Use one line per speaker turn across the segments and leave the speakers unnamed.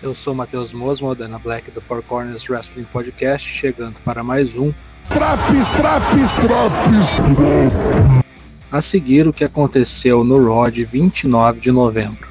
Eu sou Matheus Mosmo, da Ana Black do Four Corners Wrestling Podcast, chegando para mais um
Traps.
A seguir, o que aconteceu no Raw de 29 de novembro.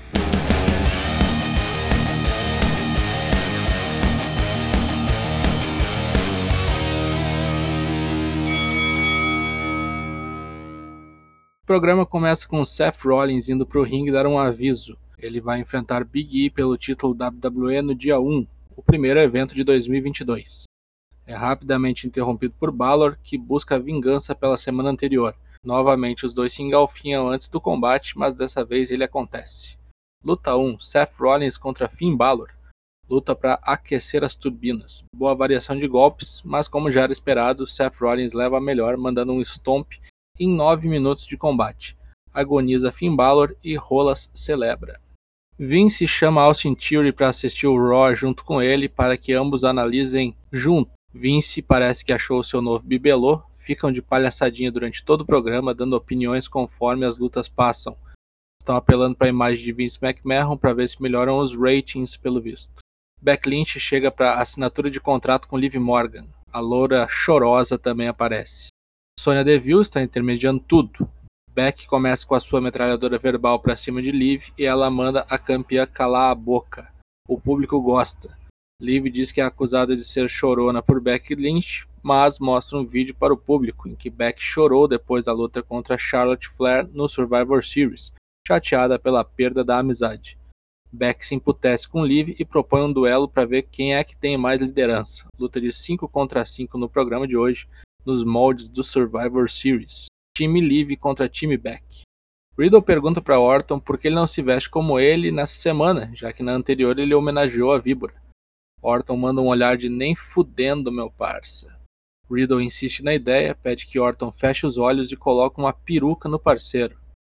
O programa começa com Seth Rollins indo para o ringue dar um aviso. Ele vai enfrentar Big E pelo título WWE no dia 1, o primeiro evento de 2022. É rapidamente interrompido por Balor, que busca vingança pela semana anterior. Novamente os dois se engalfinham antes do combate, mas dessa vez ele acontece. Luta 1, Seth Rollins contra Finn Balor. Luta para aquecer as turbinas. Boa variação de golpes, mas como já era esperado, Seth Rollins leva a melhor, mandando um stomp em 9 minutos de combate. Agoniza Finn Balor e Rolas celebra. Vince chama Austin Theory para assistir o Raw junto com ele para que ambos analisem junto. Vince parece que achou o seu novo bibelô, ficam de palhaçadinha durante todo o programa, dando opiniões conforme as lutas passam. Estão apelando para a imagem de Vince McMahon para ver se melhoram os ratings pelo visto. Becky Lynch chega para assinatura de contrato com Liv Morgan. A loura chorosa também aparece. Sonya Deville está intermediando tudo. Becky começa com a sua metralhadora verbal para cima de Liv e ela manda a campeã calar a boca. O público gosta. Liv diz que é acusada de ser chorona por Becky Lynch, mas mostra um vídeo para o público em que Becky chorou depois da luta contra Charlotte Flair no Survivor Series, chateada pela perda da amizade. Becky se emputece com Liv e propõe um duelo para ver quem é que tem mais liderança. Luta de 5 contra 5 no programa de hoje, nos moldes do Survivor Series. Time Liv contra time Becky. Riddle pergunta para Orton por que ele não se veste como ele nessa semana, já que na anterior ele homenageou a víbora. Orton manda um olhar de nem fudendo, meu parça. Riddle insiste na ideia, pede que Orton feche os olhos e coloque uma peruca no parceiro.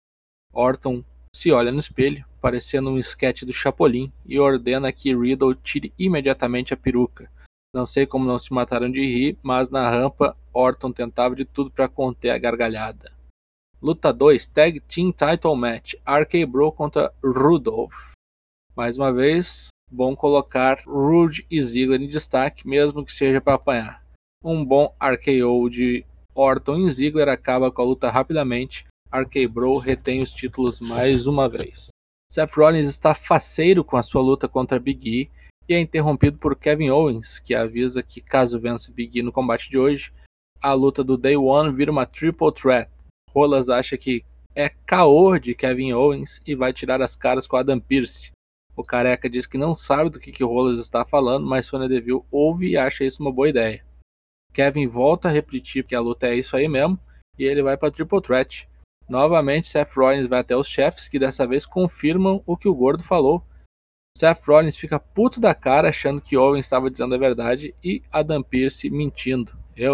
Orton se olha no espelho, parecendo um esquete do Chapolin, e ordena que Riddle tire imediatamente a peruca. Não sei como não se mataram de rir, mas na rampa, Orton tentava de tudo para conter a gargalhada. Luta 2, Tag Team Title Match, RK-Bro contra Rudolph. Mais uma vez, bom colocar Rude e Ziggler em destaque, mesmo que seja para apanhar. Um bom RKO de Orton e Ziggler acaba com a luta rapidamente. RK-Bro retém os títulos mais uma vez. Seth Rollins está faceiro com a sua luta contra Big E e é interrompido por Kevin Owens, que avisa que caso vença Big E no combate de hoje, a luta do Day One vira uma Triple Threat. Rolas acha que é caô de Kevin Owens e vai tirar as caras com Adam Pearce. O careca diz que não sabe do que Rolas está falando, mas Sonya Deville ouve e acha isso uma boa ideia. Kevin volta a repetir que a luta é isso aí mesmo, e ele vai para Triple Threat. Novamente, Seth Rollins vai até os chefes, que dessa vez confirmam o que o gordo falou. Seth Rollins fica puto da cara, achando que Owens estava dizendo a verdade, e Adam Pearce mentindo.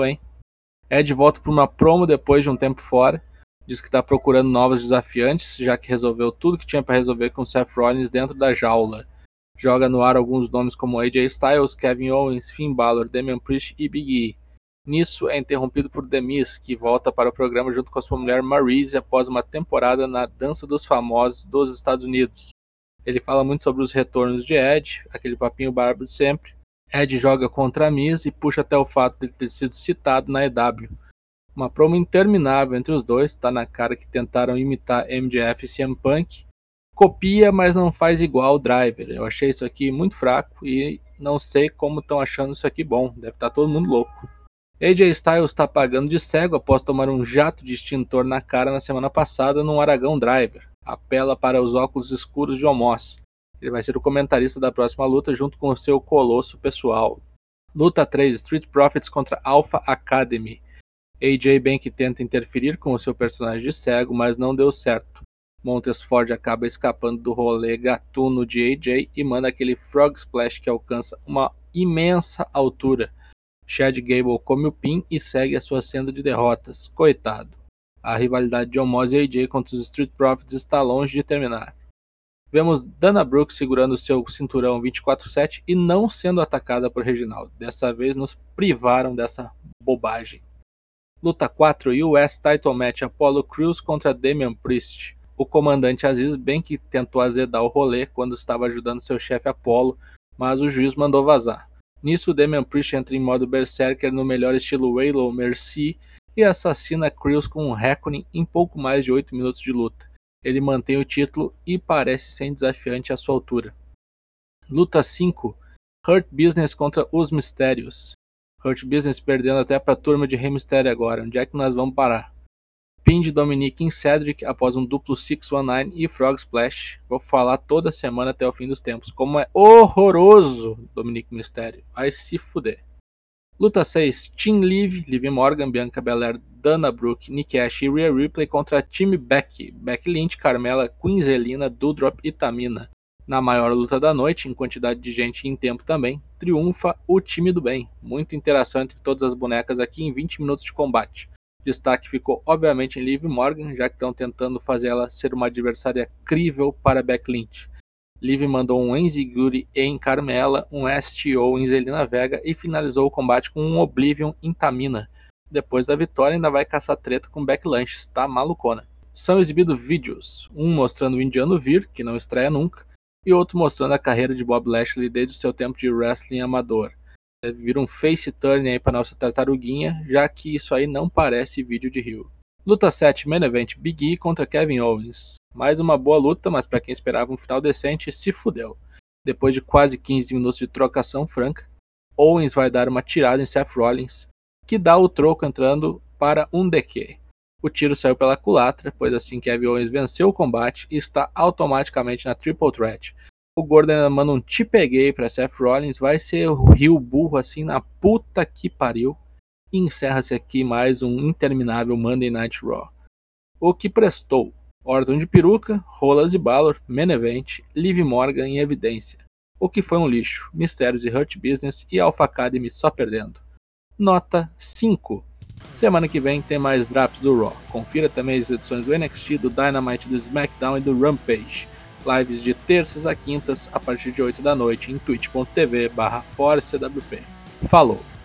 Ed volta para uma promo depois de um tempo fora. Diz que está procurando novos desafiantes, já que resolveu tudo que tinha para resolver com Seth Rollins dentro da jaula. Joga no ar alguns nomes como AJ Styles, Kevin Owens, Finn Balor, Damian Priest e Big E. Nisso é interrompido por The Miz, que volta para o programa junto com a sua mulher Maryse após uma temporada na Dança dos Famosos dos Estados Unidos. Ele fala muito sobre os retornos de Ed, aquele papinho bárbaro de sempre. Ed joga contra a Miz e puxa até o fato de ele ter sido citado na EW. Uma promo interminável entre os dois, tá na cara que tentaram imitar MJF e CM Punk. Copia, mas não faz igual o Driver. Eu achei isso aqui muito fraco e não sei como estão achando isso aqui bom. Deve estar todo mundo louco. AJ Styles está pagando de cego após tomar um jato de extintor na cara na semana passada num Aragão Driver. Apela para os óculos escuros de Omos. Ele vai ser o comentarista da próxima luta junto com o seu colosso pessoal. Luta 3, Street Profits contra Alpha Academy. AJ bem que tenta interferir com o seu personagem de cego, mas não deu certo. Montez Ford acaba escapando do rolê gatuno de AJ e manda aquele Frog Splash que alcança uma imensa altura. Chad Gable come o pin e segue a sua senda de derrotas. Coitado. A rivalidade de Omos e AJ contra os Street Profits está longe de terminar. Vemos Dana Brooke segurando seu cinturão 24/7 e não sendo atacada por Reginaldo. Dessa vez nos privaram dessa bobagem. Luta 4, US Title Match, Apollo Crews contra Damian Priest. O comandante Aziz bem que tentou azedar o rolê quando estava ajudando seu chefe Apollo, mas o juiz mandou vazar. Nisso, Damian Priest entra em modo Berserker no melhor estilo Waylon Mercy e assassina Crews com um Reckoning em pouco mais de 8 minutos de luta. Ele mantém o título e parece sem desafiante à sua altura. Luta 5. Hurt Business contra Os Mistérios. Hurt Business perdendo até para a turma de Rey Mysterio agora. Onde é que nós vamos parar? Pin de Dominic em Cedric após um duplo 619 e Frog Splash. Vou falar toda semana até o fim dos tempos. Como é horroroso Dominic Mysterio. Vai se fuder. Luta 6. Team Liv Morgan, Bianca Belair, Dana Brooke, Nikki Ash e Rhea Ripley contra Team Becky. Becky Lynch, Carmella, Queen Zelina, Doudrop e Tamina. Na maior luta da noite, em quantidade de gente e em tempo também, triunfa o time do bem. Muita interação entre todas as bonecas aqui em 20 minutos de combate. Destaque ficou obviamente em Liv Morgan, já que estão tentando fazer ela ser uma adversária crível para Becky Lynch. Liv mandou um Enziguri em Carmella, um STO em Zelina Vega e finalizou o combate com um Oblivion em Tamina. Depois da vitória ainda vai caçar treta com Becky Lynch, tá malucona. São exibidos vídeos, um mostrando o indiano Vir, que não estreia nunca, e outro mostrando a carreira de Bob Lashley desde o seu tempo de wrestling amador. Deve vir um face turn aí para nossa tartaruguinha, já que isso aí não parece vídeo de Rio. Luta 7, Main Event, Big E contra Kevin Owens. Mais uma boa luta, mas para quem esperava um final decente, se fudeu. Depois de quase 15 minutos de trocação franca, Owens vai dar uma tirada em Seth Rollins, que dá o troco entrando para um DQ. O tiro saiu pela culatra, pois assim Kevin Owens venceu o combate e está automaticamente na Triple Threat. O Gordon ainda manda um te peguei para Seth Rollins, vai ser o rio burro assim na puta que pariu. E encerra-se aqui mais um interminável Monday Night Raw. O que prestou? Orton de peruca, Rolas e Balor, Main Event, Liv Morgan em evidência. O que foi um lixo, Mistérios e Hurt Business e Alpha Academy só perdendo. Nota 5. Semana que vem tem mais drops do Raw. Confira também as edições do NXT, do Dynamite, do SmackDown e do Rampage. Lives de terças a quintas a partir de 8 da noite em twitch.tv/ForceWP. Falou!